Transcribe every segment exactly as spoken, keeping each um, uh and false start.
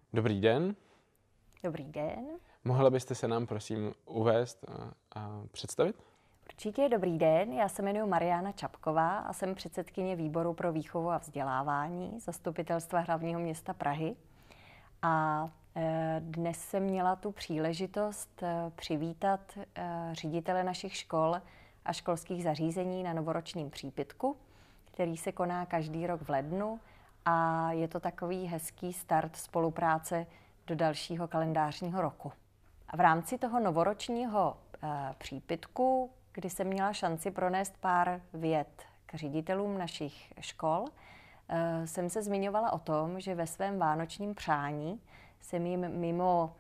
Dobrý den. Dobrý den. Mohla byste se nám prosím uvést a, a představit? Určitě, dobrý den. Já se jmenuji Mariána Čapková a jsem předsedkyně výboru pro výchovu a vzdělávání Zastupitelstva hlavního města Prahy. A dnes jsem měla tu příležitost přivítat ředitele našich škol a školských zařízení na novoročním přípitku, který se koná každý rok v lednu a je to takový hezký start spolupráce do dalšího kalendářního roku. A v rámci toho novoročního přípitku, kdy jsem měla šanci pronést pár vět k ředitelům našich škol, jsem se zmiňovala o tom, že ve svém vánočním přání jsem jim mimo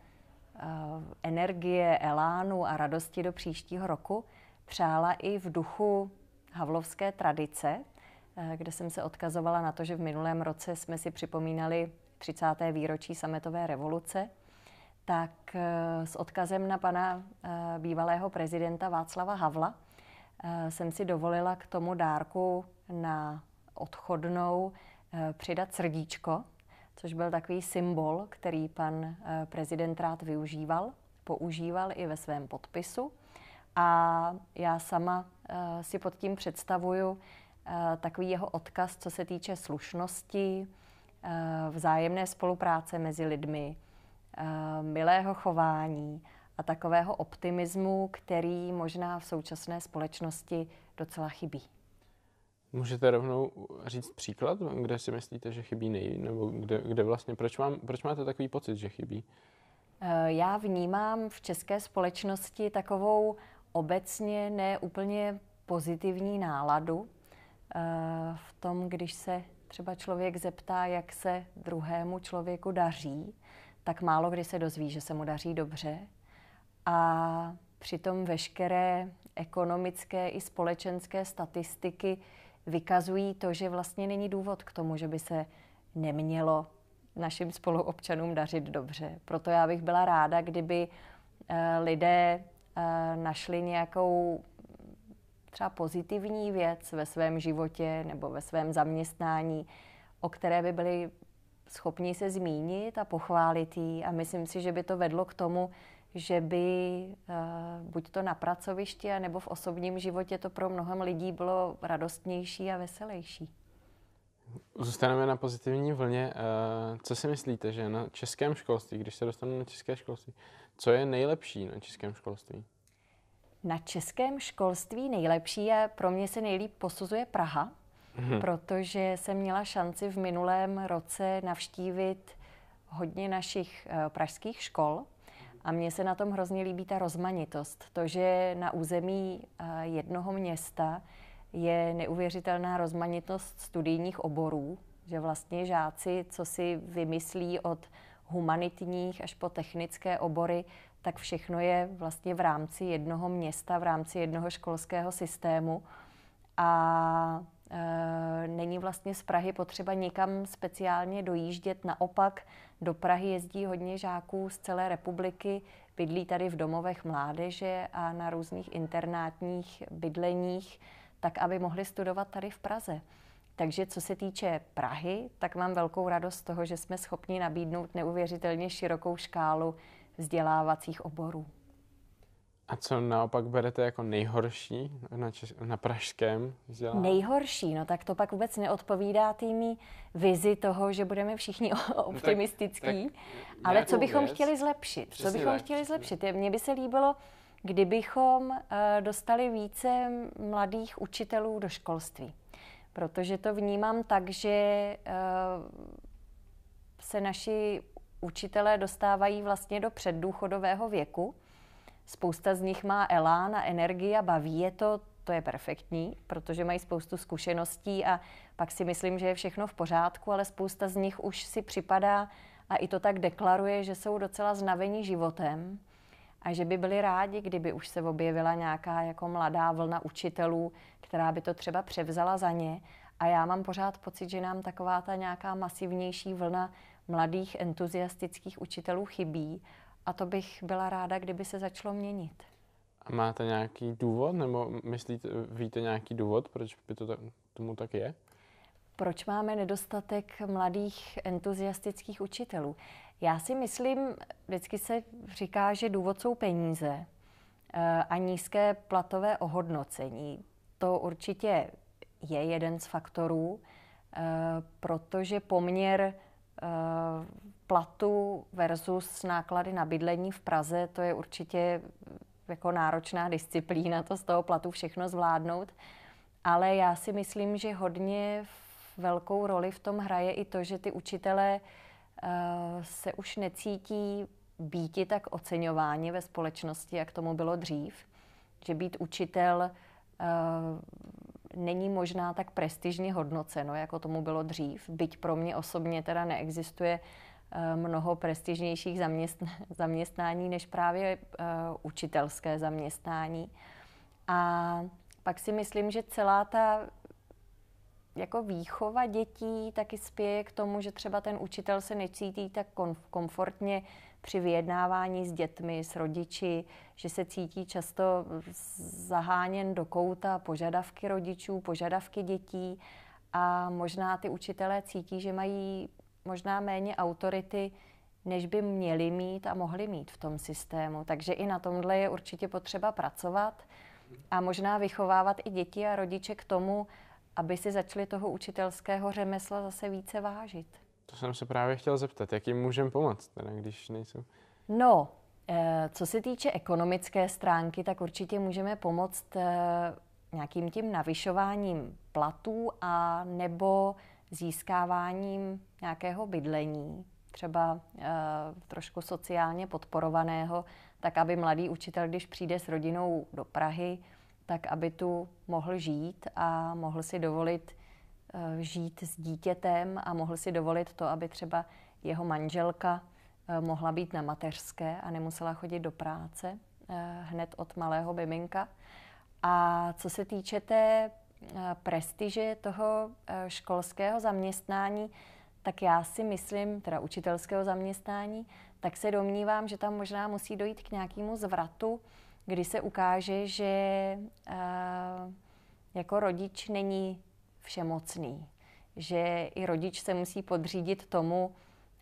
energie, elánu a radosti do příštího roku přála i v duchu havlovské tradice, kde jsem se odkazovala na to, že v minulém roce jsme si připomínali třicáté výročí sametové revoluce, tak s odkazem na pana bývalého prezidenta Václava Havla jsem si dovolila k tomu dárku na odchodnou přidat srdíčko, což byl takový symbol, který pan prezident rád využíval, používal i ve svém podpisu. A já sama si pod tím představuju takový jeho odkaz, co se týče slušnosti, vzájemné spolupráce mezi lidmi, milého chování a takového optimismu, který možná v současné společnosti docela chybí. Můžete rovnou říct příklad, kde si myslíte, že chybí nej, nebo kde, kde vlastně, proč, mám, proč máte takový pocit, že chybí? Já vnímám v české společnosti takovou obecně neúplně pozitivní náladu v tom, když se třeba člověk zeptá, jak se druhému člověku daří, tak málo kdy se dozví, že se mu daří dobře. A přitom veškeré ekonomické i společenské statistiky vykazují to, že vlastně není důvod k tomu, že by se nemělo našim spoluobčanům dařit dobře. Proto já bych byla ráda, kdyby lidé našli nějakou třeba pozitivní věc ve svém životě nebo ve svém zaměstnání, o které by byli schopni se zmínit a pochválit jí. A myslím si, že by to vedlo k tomu, že by uh, buď to na pracovišti, nebo v osobním životě to pro mnohem lidí bylo radostnější a veselější. Zůstaneme na pozitivní vlně. Uh, co si myslíte, že na českém školství, když se dostanu na české školství, co je nejlepší na českém školství? Na českém školství nejlepší a pro mě se nejlíp posuzuje Praha, hmm. protože jsem měla šanci v minulém roce navštívit hodně našich uh, pražských škol a mně se na tom hrozně líbí ta rozmanitost. To, že na území uh, jednoho města je neuvěřitelná rozmanitost studijních oborů, že vlastně žáci, co si vymyslí od humanitních až po technické obory, tak všechno je vlastně v rámci jednoho města, v rámci jednoho školského systému. A e, není vlastně z Prahy potřeba nikam speciálně dojíždět. Naopak do Prahy jezdí hodně žáků z celé republiky, bydlí tady v domovech mládeže a na různých internátních bydleních, tak aby mohli studovat tady v Praze. Takže co se týče Prahy, tak mám velkou radost z toho, že jsme schopni nabídnout neuvěřitelně širokou škálu vzdělávacích oborů. A co naopak berete jako nejhorší na, čes- na pražském vzdělávání? Nejhorší, no tak to pak vůbec neodpovídá tými vizi toho, že budeme všichni optimistický. No tak, tak ale co bychom věc, chtěli zlepšit? Co bychom tak, chtěli zlepšit? Mně by se líbilo, kdybychom uh, dostali více mladých učitelů do školství. Protože to vnímám tak, že uh, se naši učitelé dostávají vlastně do předdůchodového věku. Spousta z nich má elán a energii a baví je to, to je perfektní, protože mají spoustu zkušeností a pak si myslím, že je všechno v pořádku, ale spousta z nich už si připadá a i to tak deklaruje, že jsou docela znavení životem a že by byli rádi, kdyby už se objevila nějaká jako mladá vlna učitelů, která by to třeba převzala za ně. A já mám pořád pocit, že nám taková ta nějaká masivnější vlna mladých entuziastických učitelů chybí. A to bych byla ráda, kdyby se začalo měnit. A máte nějaký důvod, nebo myslíte, víte nějaký důvod, proč by to tak, tomu tak je? proč máme nedostatek mladých entuziastických učitelů? Já si myslím, vždycky se říká, že důvod jsou peníze a nízké platové ohodnocení. To určitě je jeden z faktorů, protože poměr platu versus náklady na bydlení v Praze, to je určitě jako náročná disciplína, to z toho platu všechno zvládnout. Ale já si myslím, že hodně velkou roli v tom hraje i to, že ty učitelé se už necítí býti tak oceňováni ve společnosti, jak tomu bylo dřív. Že být učitel není možná tak prestižně hodnoceno, jako tomu bylo dřív. Byť pro mě osobně teda neexistuje mnoho prestižnějších zaměstnání než právě učitelské zaměstnání. A pak si myslím, že celá ta jako výchova dětí taky spěje k tomu, že třeba ten učitel se necítí tak komfortně při vyjednávání s dětmi, s rodiči, že se cítí často zaháněn do kouta požadavky rodičů, požadavky dětí a možná ty učitelé cítí, že mají možná méně autority, než by měli mít a mohli mít v tom systému. Takže i na tomhle je určitě potřeba pracovat a možná vychovávat i děti a rodiče k tomu, aby si začali toho učitelského řemesla zase více vážit. To jsem se právě chtěl zeptat, jak jim můžeme pomoct, teda, když nejsou? No, co se týče ekonomické stránky, tak určitě můžeme pomoct nějakým tím navyšováním platů a nebo získáváním nějakého bydlení, třeba trošku sociálně podporovaného, tak aby mladý učitel, když přijde s rodinou do Prahy, tak aby tu mohl žít a mohl si dovolit žít s dítětem a mohl si dovolit to, aby třeba jeho manželka mohla být na mateřské a nemusela chodit do práce hned od malého miminka. A co se týče té prestiže toho školského zaměstnání, tak já si myslím, teda učitelského zaměstnání, tak se domnívám, že tam možná musí dojít k nějakému zvratu, kdy se ukáže, že jako rodič není všemocný. Že i rodič se musí podřídit tomu,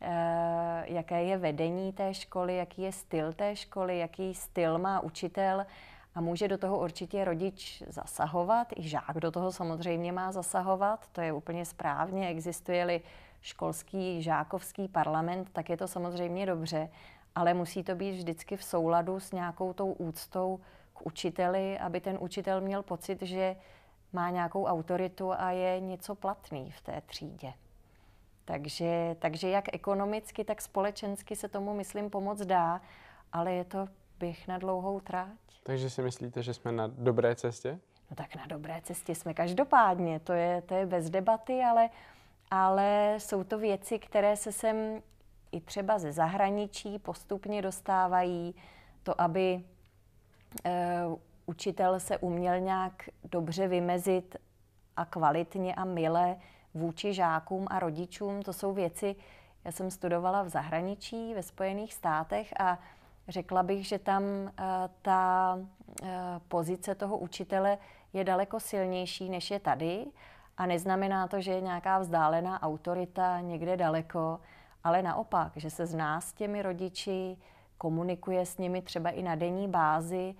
jaké je vedení té školy, jaký je styl té školy, jaký styl má učitel a může do toho určitě rodič zasahovat. I žák do toho samozřejmě má zasahovat, to je úplně správně. Existuje-li školský žákovský parlament, tak je to samozřejmě dobře, ale musí to být vždycky v souladu s nějakou tou úctou k učiteli, aby ten učitel měl pocit, že má nějakou autoritu a je něco platný v té třídě. Takže, takže jak ekonomicky, tak společensky se tomu, myslím, pomoct dá, ale je to běh na dlouhou tráť. Takže si myslíte, že jsme na dobré cestě? No tak na dobré cestě jsme každopádně, to je, to je bez debaty, ale, ale jsou to věci, které se sem i třeba ze zahraničí postupně dostávají. To, aby e, učitel se uměl nějak dobře vymezit a kvalitně a mile vůči žákům a rodičům, to jsou věci, já jsem studovala v zahraničí, ve Spojených státech a řekla bych, že tam uh, ta uh, pozice toho učitele je daleko silnější, než je tady a neznamená to, že je nějaká vzdálená autorita někde daleko, ale naopak, že se zná s těmi rodiči, komunikuje s nimi třeba i na denní bázi,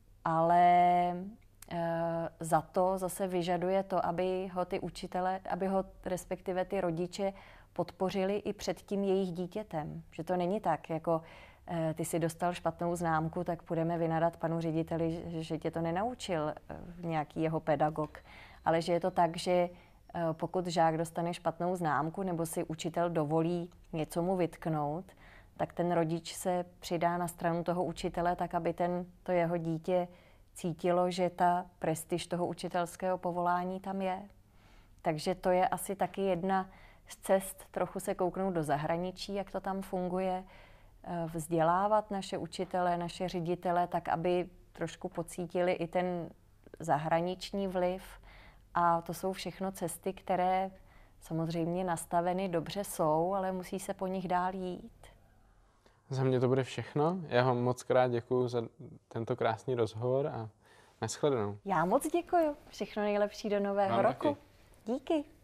ale za to zase vyžaduje to, aby ho ty učitele, aby ho respektive ty rodiče podpořili i před tím jejich dítětem. Že to není tak, jako ty si dostal špatnou známku, tak půjdeme vynadat panu řediteli, že tě to nenaučil nějaký jeho pedagog. Ale že je to tak, že pokud žák dostane špatnou známku nebo si učitel dovolí něco mu vytknout, tak ten rodič se přidá na stranu toho učitele, tak aby ten, to jeho dítě cítilo, že ta prestiž toho učitelského povolání tam je. Takže to je asi taky jedna z cest trochu se kouknout do zahraničí, jak to tam funguje, vzdělávat naše učitele, naše ředitele, tak aby trošku pocítili i ten zahraniční vliv. A to jsou všechno cesty, které samozřejmě nastaveny dobře jsou, ale musí se po nich dál jít. Za mě to bude všechno. Já vám moc krát děkuju za tento krásný rozhovor a nashledanou. Já moc děkuju. Všechno nejlepší do nového Vám roku. Taky. Díky.